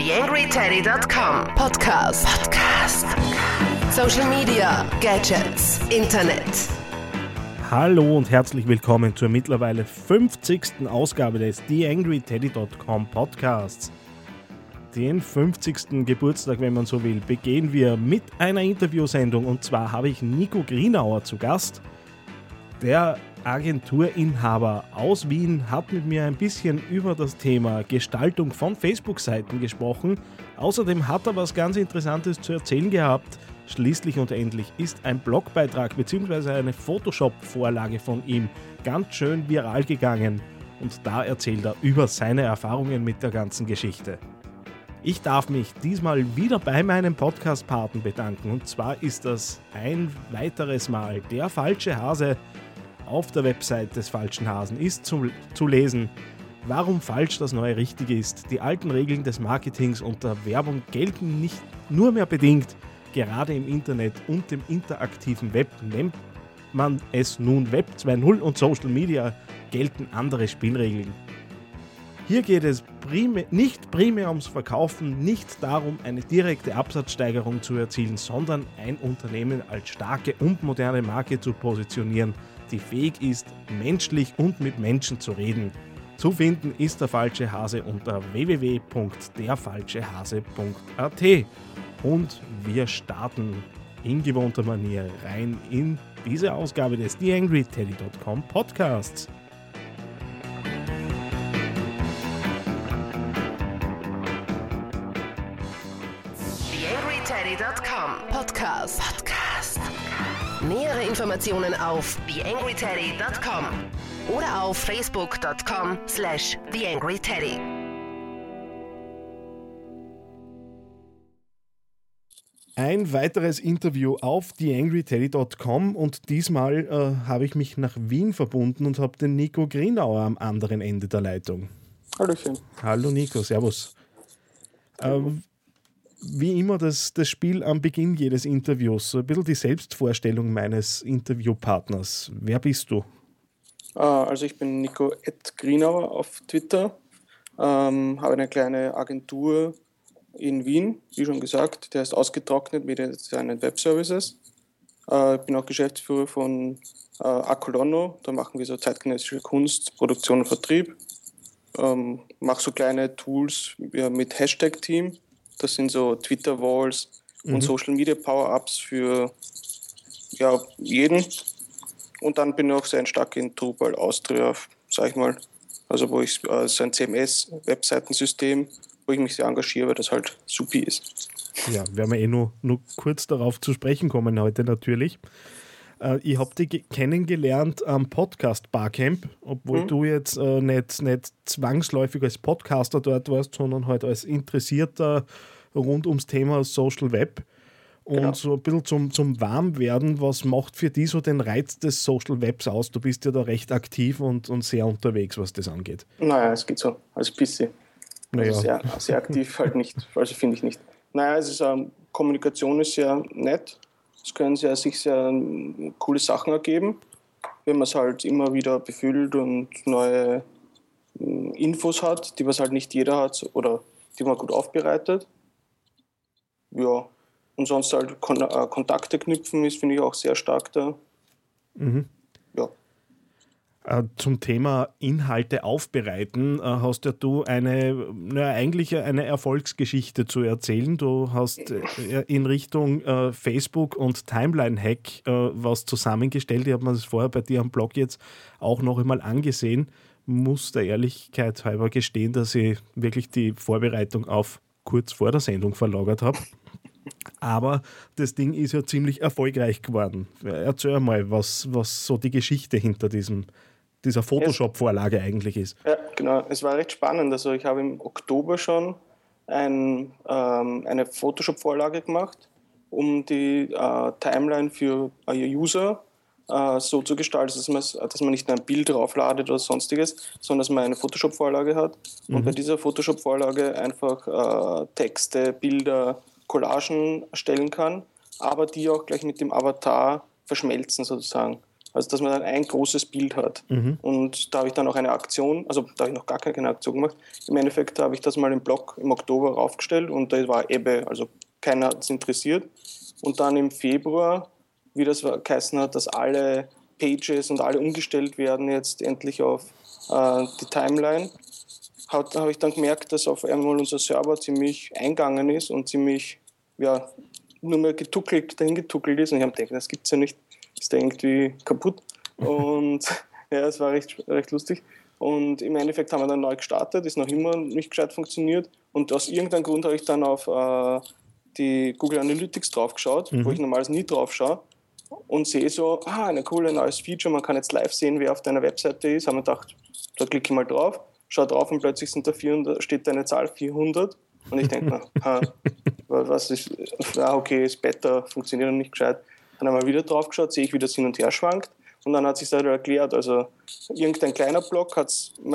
TheAngryTeddy.com Podcast. Social Media, Gadgets, Internet. Hallo und herzlich willkommen zur mittlerweile 50. Ausgabe des TheAngryTeddy.com Podcasts. Den 50. Geburtstag, wenn man so will, begehen wir mit einer Interviewsendung, und zwar habe ich Nico Grienauer zu Gast. Der Agenturinhaber aus Wien hat mit mir ein bisschen über das Thema Gestaltung von Facebook-Seiten gesprochen. Außerdem hat er was ganz Interessantes zu erzählen gehabt. Schließlich und endlich ist ein Blogbeitrag bzw. eine Photoshop-Vorlage von ihm ganz schön viral gegangen. Und da erzählt er über seine Erfahrungen mit der ganzen Geschichte. Ich darf mich diesmal wieder bei meinem Podcast-Paten bedanken, und zwar ist das ein weiteres Mal der falsche Hase. Auf der Website des falschen Hasen ist zu lesen, warum falsch das neue richtig ist. Die alten Regeln des Marketings und der Werbung gelten nicht nur mehr bedingt. Gerade im Internet und dem interaktiven Web, nennt man es nun Web 2.0 und Social Media, gelten andere Spielregeln. Hier geht es nicht primär ums Verkaufen, nicht darum, eine direkte Absatzsteigerung zu erzielen, sondern ein Unternehmen als starke und moderne Marke zu positionieren, die fähig ist, menschlich und mit Menschen zu reden. Zu finden ist der falsche Hase unter www.derfalschehase.at. Und wir starten in gewohnter Manier rein in diese Ausgabe des TheAngryTeddy.com Podcasts. TheAngryTeddy.com Podcast. Nähere Informationen auf TheAngryTeddy.com oder auf Facebook.com/TheAngryTeddy. Ein weiteres Interview auf TheAngryTeddy.com, und diesmal habe ich mich nach Wien verbunden und habe den Nico Grienauer am anderen Ende der Leitung. Hallöchen. Hallo Nico, servus. Wie immer das Spiel am Beginn jedes Interviews, so ein bisschen die Selbstvorstellung meines Interviewpartners. Wer bist du? Also ich bin Nico @Grienauer auf Twitter, habe eine kleine Agentur in Wien, wie schon gesagt, der ist ausgetrocknet mit seinen Webservices. Ich bin auch Geschäftsführer von Acolono, da machen wir so zeitgenössische Kunst, Produktion und Vertrieb. Mache so kleine Tools mit Hashtag-Team. Das sind so Twitter-Walls und Social-Media-Power-Ups für jeden. Und dann bin ich auch sehr stark in Drupal Austria, sag ich mal. Also wo ich so ein CMS-Webseitensystem, wo ich mich sehr engagiere, weil das halt supi ist. Ja, werden wir nur kurz darauf zu sprechen kommen heute natürlich. Ich habe dich kennengelernt am Podcast Barcamp, obwohl du jetzt nicht zwangsläufig als Podcaster dort warst, sondern halt als Interessierter rund ums Thema Social Web. Und genau. So ein bisschen zum Warmwerden, was macht für dich so den Reiz des Social Webs aus? Du bist ja da recht aktiv und sehr unterwegs, was das angeht. Naja, es geht so, als bisschen. Also sehr aktiv halt nicht, also finde ich nicht. Naja, es ist, Kommunikation ist sehr nett. Es können sich sehr coole Sachen ergeben, wenn man es halt immer wieder befüllt und neue Infos hat, die was halt nicht jeder hat oder die man gut aufbereitet. Ja, und sonst halt Kontakte knüpfen ist, finde ich, auch sehr stark da. Ja. Zum Thema Inhalte aufbereiten hast ja du eigentlich eine Erfolgsgeschichte zu erzählen. Du hast in Richtung Facebook und Timeline-Hack was zusammengestellt. Ich habe mir das vorher bei dir am Blog jetzt auch noch einmal angesehen. Muss der Ehrlichkeit halber gestehen, dass ich wirklich die Vorbereitung auf kurz vor der Sendung verlagert habe. Aber das Ding ist ja ziemlich erfolgreich geworden. Erzähl mal, was so die Geschichte hinter dieser Photoshop-Vorlage eigentlich ist. Ja, genau. Es war recht spannend. Also ich habe im Oktober schon eine Photoshop-Vorlage gemacht, um die Timeline für User so zu gestalten, dass man nicht nur ein Bild draufladet oder sonstiges, sondern dass man eine Photoshop-Vorlage hat. Und bei dieser Photoshop-Vorlage einfach Texte, Bilder, Collagen erstellen kann, aber die auch gleich mit dem Avatar verschmelzen sozusagen. Also dass man dann ein großes Bild hat. Und da habe ich dann auch eine Aktion, also da habe ich noch gar keine Aktion gemacht. Im Endeffekt habe ich das mal im Blog im Oktober raufgestellt und da war Ebbe, also keiner hat es interessiert. Und dann im Februar, wie das geheißen hat, dass alle Pages und alle umgestellt werden jetzt endlich auf die Timeline, habe ich dann gemerkt, dass auf einmal unser Server ziemlich eingegangen ist und ziemlich, ja, nur mehr dahin getuckelt ist. Und ich habe gedacht, das gibt es ja nicht, ist der irgendwie kaputt. Und ja, es war recht lustig. Und im Endeffekt haben wir dann neu gestartet, ist noch immer nicht gescheit funktioniert. Und aus irgendeinem Grund habe ich dann auf die Google Analytics draufgeschaut, wo ich normalerweise nie drauf schaue. Und sehe so, ein cooles neues Feature, man kann jetzt live sehen, wer auf deiner Webseite ist. Haben wir gedacht, da klicke ich mal drauf, schaue drauf und plötzlich steht da eine Zahl 400. Und ich denke, was ist, okay, ist Beta, funktioniert noch nicht gescheit. Dann haben wir wieder drauf geschaut, sehe ich, wie das hin und her schwankt. Und dann hat sich das erklärt, also irgendein kleiner Blog hat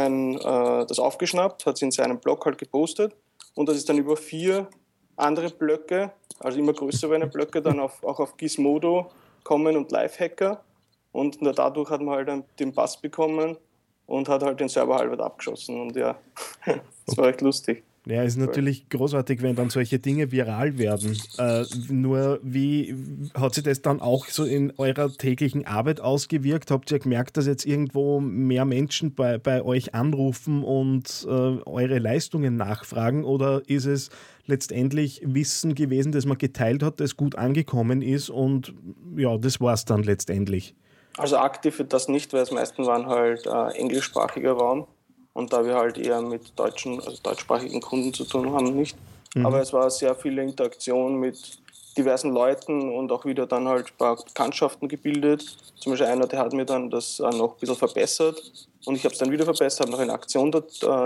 das aufgeschnappt, hat es in seinem Blog halt gepostet und das ist dann über 4 andere Blöcke, also immer größere Blöcke, dann auch auf Gizmodo kommen und Lifehacker und dadurch hat man halt den Pass bekommen und hat halt den Server halb abgeschossen und ja, das war echt lustig. Ja, ist natürlich großartig, wenn dann solche Dinge viral werden. Nur wie hat sich das dann auch so in eurer täglichen Arbeit ausgewirkt? Habt ihr gemerkt, dass jetzt irgendwo mehr Menschen bei euch anrufen und eure Leistungen nachfragen? Oder ist es letztendlich Wissen gewesen, das man geteilt hat, das gut angekommen ist und ja, das war es dann letztendlich? Also aktiv wird das nicht, weil es meistens waren halt englischsprachiger Raum. Und da wir halt eher mit deutschsprachigen Kunden zu tun haben, nicht. Aber es war sehr viel Interaktion mit diversen Leuten und auch wieder dann halt ein paar Bekanntschaften gebildet. Zum Beispiel einer, der hat mir dann das noch ein bisschen verbessert und ich habe es dann wieder verbessert, habe noch eine Aktion,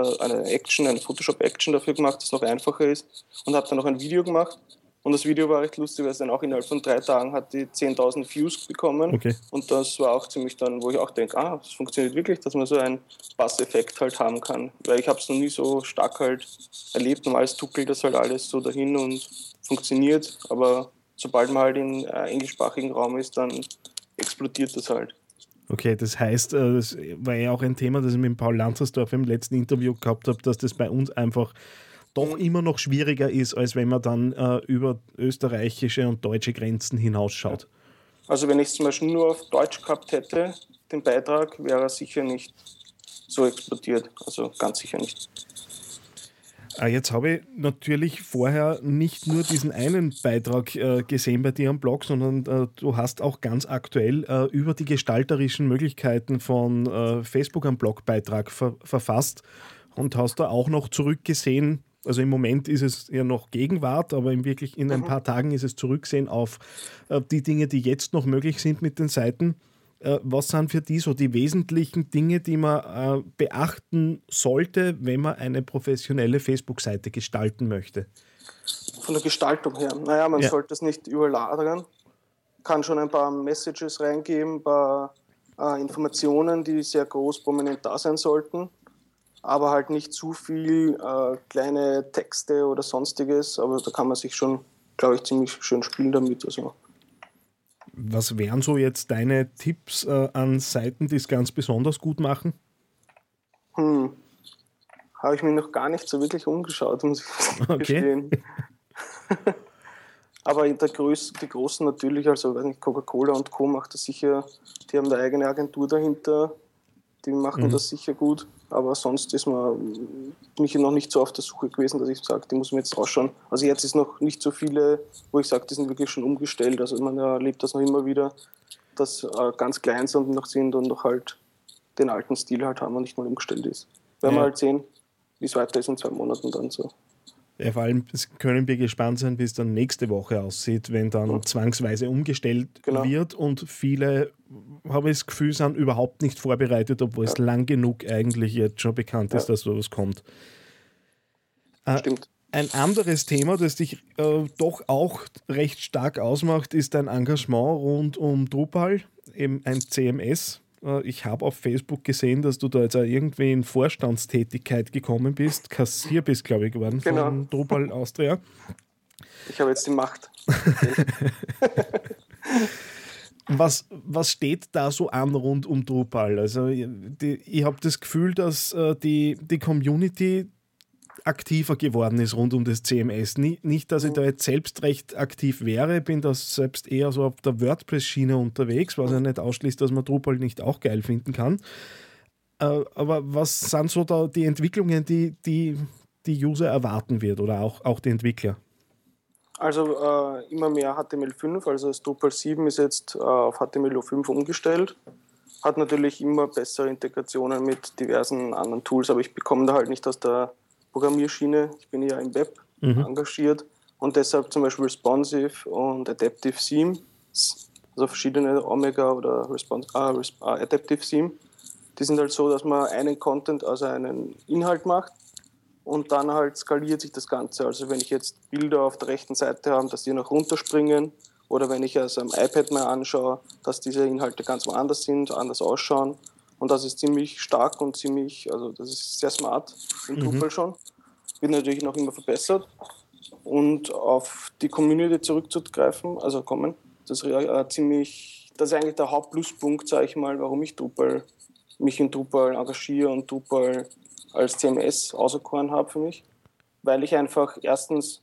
eine Photoshop-Action dafür gemacht, dass es noch einfacher ist und habe dann noch ein Video gemacht. Und das Video war recht lustig, weil es dann auch innerhalb von 3 Tagen hat die 10.000 Views bekommen. Okay. Und das war auch ziemlich dann, wo ich auch denke, das funktioniert wirklich, dass man so einen Bass-Effekt halt haben kann. Weil ich habe es noch nie so stark halt erlebt. Normales tuckelt das halt alles so dahin und funktioniert. Aber sobald man halt im englischsprachigen Raum ist, dann explodiert das halt. Okay, das heißt, das war ja auch ein Thema, das ich mit Paul Lanzersdorf im letzten Interview gehabt habe, dass das bei uns einfach doch immer noch schwieriger ist, als wenn man dann über österreichische und deutsche Grenzen hinausschaut. Also wenn ich es zum Beispiel nur auf Deutsch gehabt hätte, den Beitrag, wäre er sicher nicht so explodiert. Also ganz sicher nicht. Jetzt habe ich natürlich vorher nicht nur diesen einen Beitrag gesehen bei dir am Blog, sondern du hast auch ganz aktuell über die gestalterischen Möglichkeiten von Facebook einen Blogbeitrag verfasst und hast da auch noch zurückgesehen. Also im Moment ist es ja noch Gegenwart, aber in ein paar Tagen ist es zurücksehen auf die Dinge, die jetzt noch möglich sind mit den Seiten. Was sind für die so die wesentlichen Dinge, die man beachten sollte, wenn man eine professionelle Facebook-Seite gestalten möchte? Von der Gestaltung her, man sollte es nicht überlagern. Kann schon ein paar Messages reingeben, ein paar Informationen, die sehr groß prominent da sein sollten. Aber halt nicht zu viel kleine Texte oder sonstiges. Aber da kann man sich schon, glaube ich, ziemlich schön spielen damit. Also. Was wären so jetzt deine Tipps an Seiten, die es ganz besonders gut machen? Habe ich mir noch gar nicht so wirklich umgeschaut, muss ich gestehen. Aber die Großen natürlich, also weiß nicht, Coca-Cola und Co. macht das sicher, die haben eine eigene Agentur dahinter, die machen das sicher gut. Aber sonst bin ich noch nicht so auf der Suche gewesen, dass ich sage, die muss man jetzt rausschauen. Also jetzt ist noch nicht so viele, wo ich sage, die sind wirklich schon umgestellt. Also man erlebt das noch immer wieder, dass ganz klein sind und noch halt den alten Stil halt haben und nicht mal umgestellt ist. Werden wir halt sehen, wie es weiter ist in 2 Monaten dann so. Ja, vor allem können wir gespannt sein, wie es dann nächste Woche aussieht, wenn dann zwangsweise umgestellt wird und viele, habe ich das Gefühl, sind überhaupt nicht vorbereitet, obwohl es lang genug eigentlich jetzt schon bekannt ist, dass sowas kommt. Stimmt. Ein anderes Thema, das dich doch auch recht stark ausmacht, ist dein Engagement rund um Drupal, eben ein CMS. Ich habe auf Facebook gesehen, dass du da jetzt auch irgendwie in Vorstandstätigkeit gekommen bist. Kassier bist, glaube ich, geworden von Drupal Austria. Ich habe jetzt die Macht. Was steht da so an rund um Drupal? Also ich habe das Gefühl, dass die Community aktiver geworden ist rund um das CMS. Nicht, dass ich da jetzt selbst recht aktiv wäre, bin da selbst eher so auf der WordPress-Schiene unterwegs, was ja nicht ausschließt, dass man Drupal nicht auch geil finden kann. Aber was sind so da die Entwicklungen, die User erwarten wird oder auch die Entwickler? Also immer mehr HTML5, also das Drupal 7 ist jetzt auf HTML5 umgestellt. Hat natürlich immer bessere Integrationen mit diversen anderen Tools, aber ich bekomme da halt nicht aus der Programmierschiene. Ich bin ja im Web engagiert und deshalb zum Beispiel Responsive und Adaptive Themes, also verschiedene Omega oder Adaptive Theme. Die sind halt so, dass man einen Content, also einen Inhalt macht und dann halt skaliert sich das Ganze. Also wenn ich jetzt Bilder auf der rechten Seite habe, dass die noch runterspringen oder wenn ich es am iPad mal anschaue, dass diese Inhalte ganz woanders sind, anders ausschauen. Und das ist ziemlich stark und also das ist sehr smart in Drupal schon. Wird natürlich noch immer verbessert. Und auf die Community zurückzugreifen, also kommen, das ist eigentlich der Hauptpluspunkt, sage ich mal, warum ich mich in Drupal engagiere und Drupal als CMS auserkoren habe für mich. Weil ich einfach erstens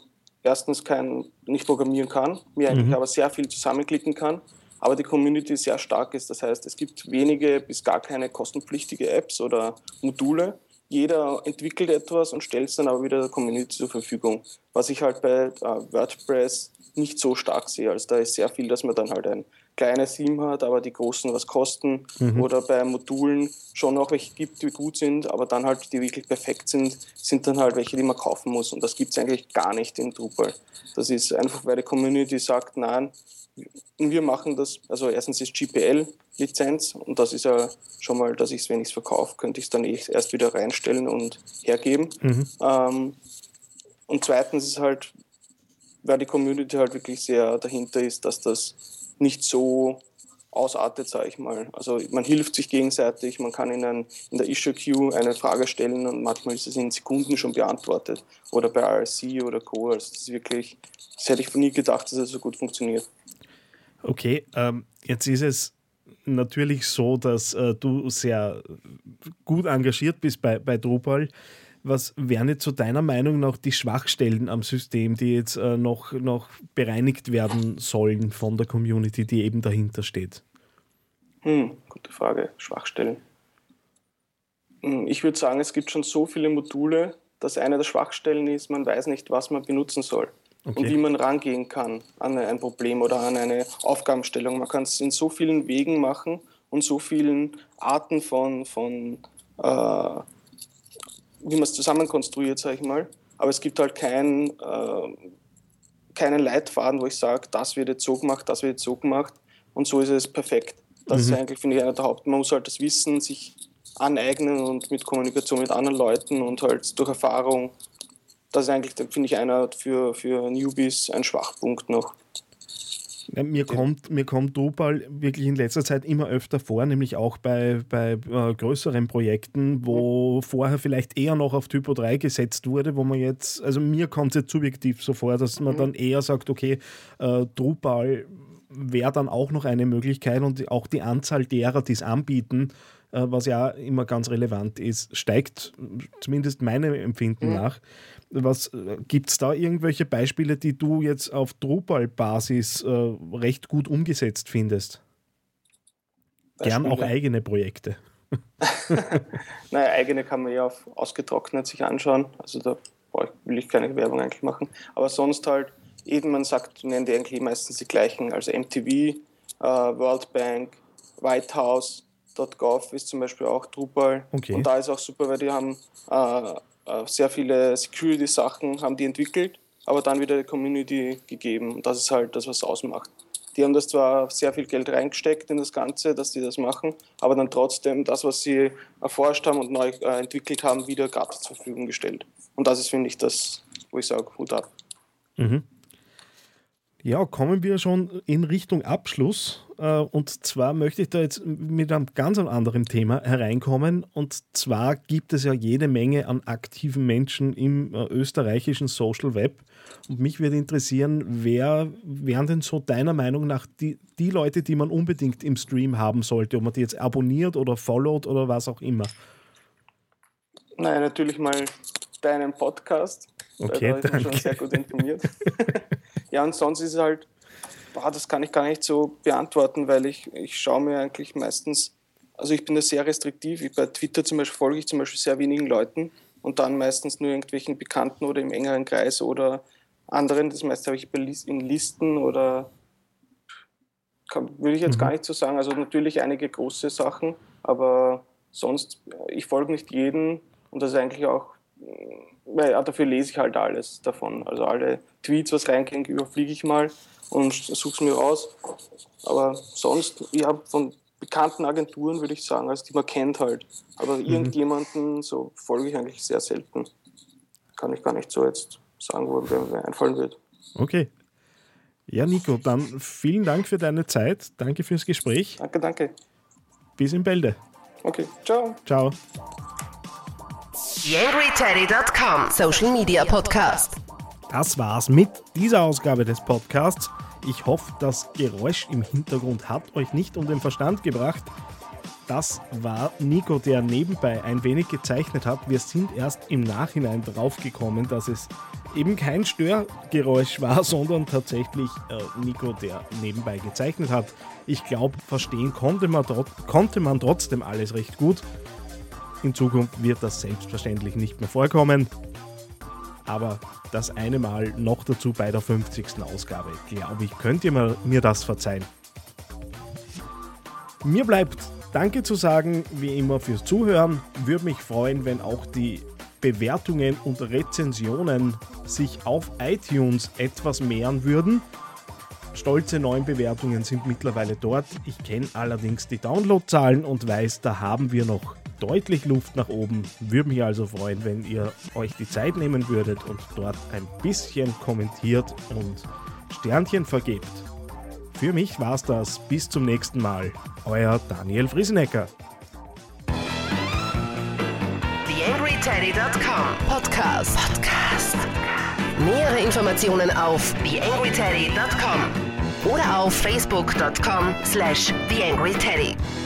nicht programmieren kann, mir eigentlich aber sehr viel zusammenklicken kann, aber die Community sehr stark ist. Das heißt, es gibt wenige bis gar keine kostenpflichtige Apps oder Module. Jeder entwickelt etwas und stellt es dann aber wieder der Community zur Verfügung. Was ich halt bei WordPress nicht so stark sehe. Also da ist sehr viel, dass man dann halt ein kleines Theme hat, aber die großen was kosten. Oder bei Modulen schon noch welche gibt, die gut sind, aber dann halt, die wirklich perfekt sind dann halt welche, die man kaufen muss. Und das gibt es eigentlich gar nicht in Drupal. Das ist einfach, weil die Community sagt, nein, wir machen das, also erstens ist GPL-Lizenz und das ist ja schon mal, dass wenn ich es verkaufe, könnte ich es dann erst wieder reinstellen und hergeben. Und zweitens ist halt, weil die Community halt wirklich sehr dahinter ist, dass das nicht so ausartet, sage ich mal. Also man hilft sich gegenseitig, man kann in der Issue-Queue eine Frage stellen und manchmal ist es in Sekunden schon beantwortet. Oder bei RSC oder Co. Also das hätte ich nie gedacht, dass es so gut funktioniert. Okay, jetzt ist es natürlich so, dass du sehr gut engagiert bist bei Drupal. Was wären jetzt so deiner Meinung nach die Schwachstellen am System, die jetzt noch bereinigt werden sollen von der Community, die eben dahinter steht? Gute Frage. Schwachstellen. Ich würde sagen, es gibt schon so viele Module, dass eine der Schwachstellen ist, man weiß nicht, was man benutzen soll. Okay. Und wie man rangehen kann an ein Problem oder an eine Aufgabenstellung. Man kann es in so vielen Wegen machen und so vielen Arten von wie man es zusammenkonstruiert, sage ich mal. Aber es gibt halt keinen Leitfaden, wo ich sage, das wird jetzt so gemacht, das wird jetzt so gemacht und so ist es perfekt. Das ist eigentlich, finde ich, einer der man muss halt das Wissen sich aneignen und mit Kommunikation mit anderen Leuten und halt durch Erfahrung. Das ist eigentlich, finde ich, einer für Newbies ein Schwachpunkt noch. Ja, mir kommt Drupal wirklich in letzter Zeit immer öfter vor, nämlich auch bei größeren Projekten, wo vorher vielleicht eher noch auf Typo 3 gesetzt wurde, wo man jetzt, also mir kommt es jetzt subjektiv so vor, dass man dann eher sagt, okay, Drupal wäre dann auch noch eine Möglichkeit und auch die Anzahl derer, die es anbieten, was ja immer ganz relevant ist, steigt, zumindest meinem Empfinden nach. Gibt es da irgendwelche Beispiele, die du jetzt auf Drupal-Basis recht gut umgesetzt findest? Beispiele? Gern auch eigene Projekte. Naja, eigene kann man ja auf ausgetrocknet sich anschauen. Also da will ich keine Werbung eigentlich machen. Aber sonst halt, eben man nennt die eigentlich meistens die gleichen. Also MTV, World Bank, White House.gov ist zum Beispiel auch Drupal. Okay. Und da ist auch super, weil die haben sehr viele Security-Sachen haben die entwickelt, aber dann wieder der Community gegeben. Und das ist halt das, was es ausmacht. Die haben das zwar sehr viel Geld reingesteckt in das Ganze, dass die das machen, aber dann trotzdem das, was sie erforscht haben und neu entwickelt haben, wieder gratis zur Verfügung gestellt. Und das ist, finde ich, das, wo ich sage, Hut ab. Ja, kommen wir schon in Richtung Abschluss. Und zwar möchte ich da jetzt mit einem ganz anderen Thema hereinkommen. Und zwar gibt es ja jede Menge an aktiven Menschen im österreichischen Social Web. Und mich würde interessieren, wer wären denn so deiner Meinung nach die Leute, die man unbedingt im Stream haben sollte, ob man die jetzt abonniert oder followt oder was auch immer? Nein, natürlich mal deinen Podcast. Okay, da ist man schon sehr gut informiert. Ja, und sonst ist es halt, das kann ich gar nicht so beantworten, weil ich schaue mir eigentlich meistens, also ich bin da sehr restriktiv. Bei Twitter zum Beispiel folge ich zum Beispiel sehr wenigen Leuten und dann meistens nur irgendwelchen Bekannten oder im engeren Kreis oder anderen. Das meiste habe ich in Listen oder würde ich jetzt gar nicht so sagen. Also natürlich einige große Sachen, aber sonst, ich folge nicht jedem und das ist eigentlich auch, weil dafür lese ich halt alles davon. Also alle Tweets, was reingehen, überfliege ich mal und suche es mir raus. Aber sonst, ich habe von bekannten Agenturen, würde ich sagen, also die man kennt halt. Aber irgendjemanden so folge ich eigentlich sehr selten. Kann ich gar nicht so jetzt sagen, wo mir einfallen wird. Okay. Ja, Nico, dann vielen Dank für deine Zeit. Danke fürs Gespräch. Danke. Bis in Bälde. Okay, ciao. Ciao. TheAngryTeddy.com Social Media Podcast. Das war's mit dieser Ausgabe des Podcasts. Ich hoffe, das Geräusch im Hintergrund hat euch nicht um den Verstand gebracht. Das war Nico, der nebenbei ein wenig gezeichnet hat. Wir sind erst im Nachhinein draufgekommen, dass es eben kein Störgeräusch war, sondern tatsächlich Nico, der nebenbei gezeichnet hat. Ich glaube, verstehen konnte man trotzdem alles recht gut. In Zukunft wird das selbstverständlich nicht mehr vorkommen. Aber das eine Mal noch dazu bei der 50. Ausgabe, glaube ich, könnt ihr mir das verzeihen. Mir bleibt Danke zu sagen, wie immer fürs Zuhören. Würde mich freuen, wenn auch die Bewertungen und Rezensionen sich auf iTunes etwas mehren würden. Stolze 9 Bewertungen sind mittlerweile dort. Ich kenne allerdings die Downloadzahlen und weiß, da haben wir noch deutlich Luft nach oben. Würde mich also freuen, wenn ihr euch die Zeit nehmen würdet und dort ein bisschen kommentiert und Sternchen vergebt. Für mich war's das. Bis zum nächsten Mal. Euer Daniel Friesenecker. TheAngryTeddy.com Podcast. Nähere Informationen auf TheAngryTeddy.com oder auf Facebook.com/TheAngryTeddy.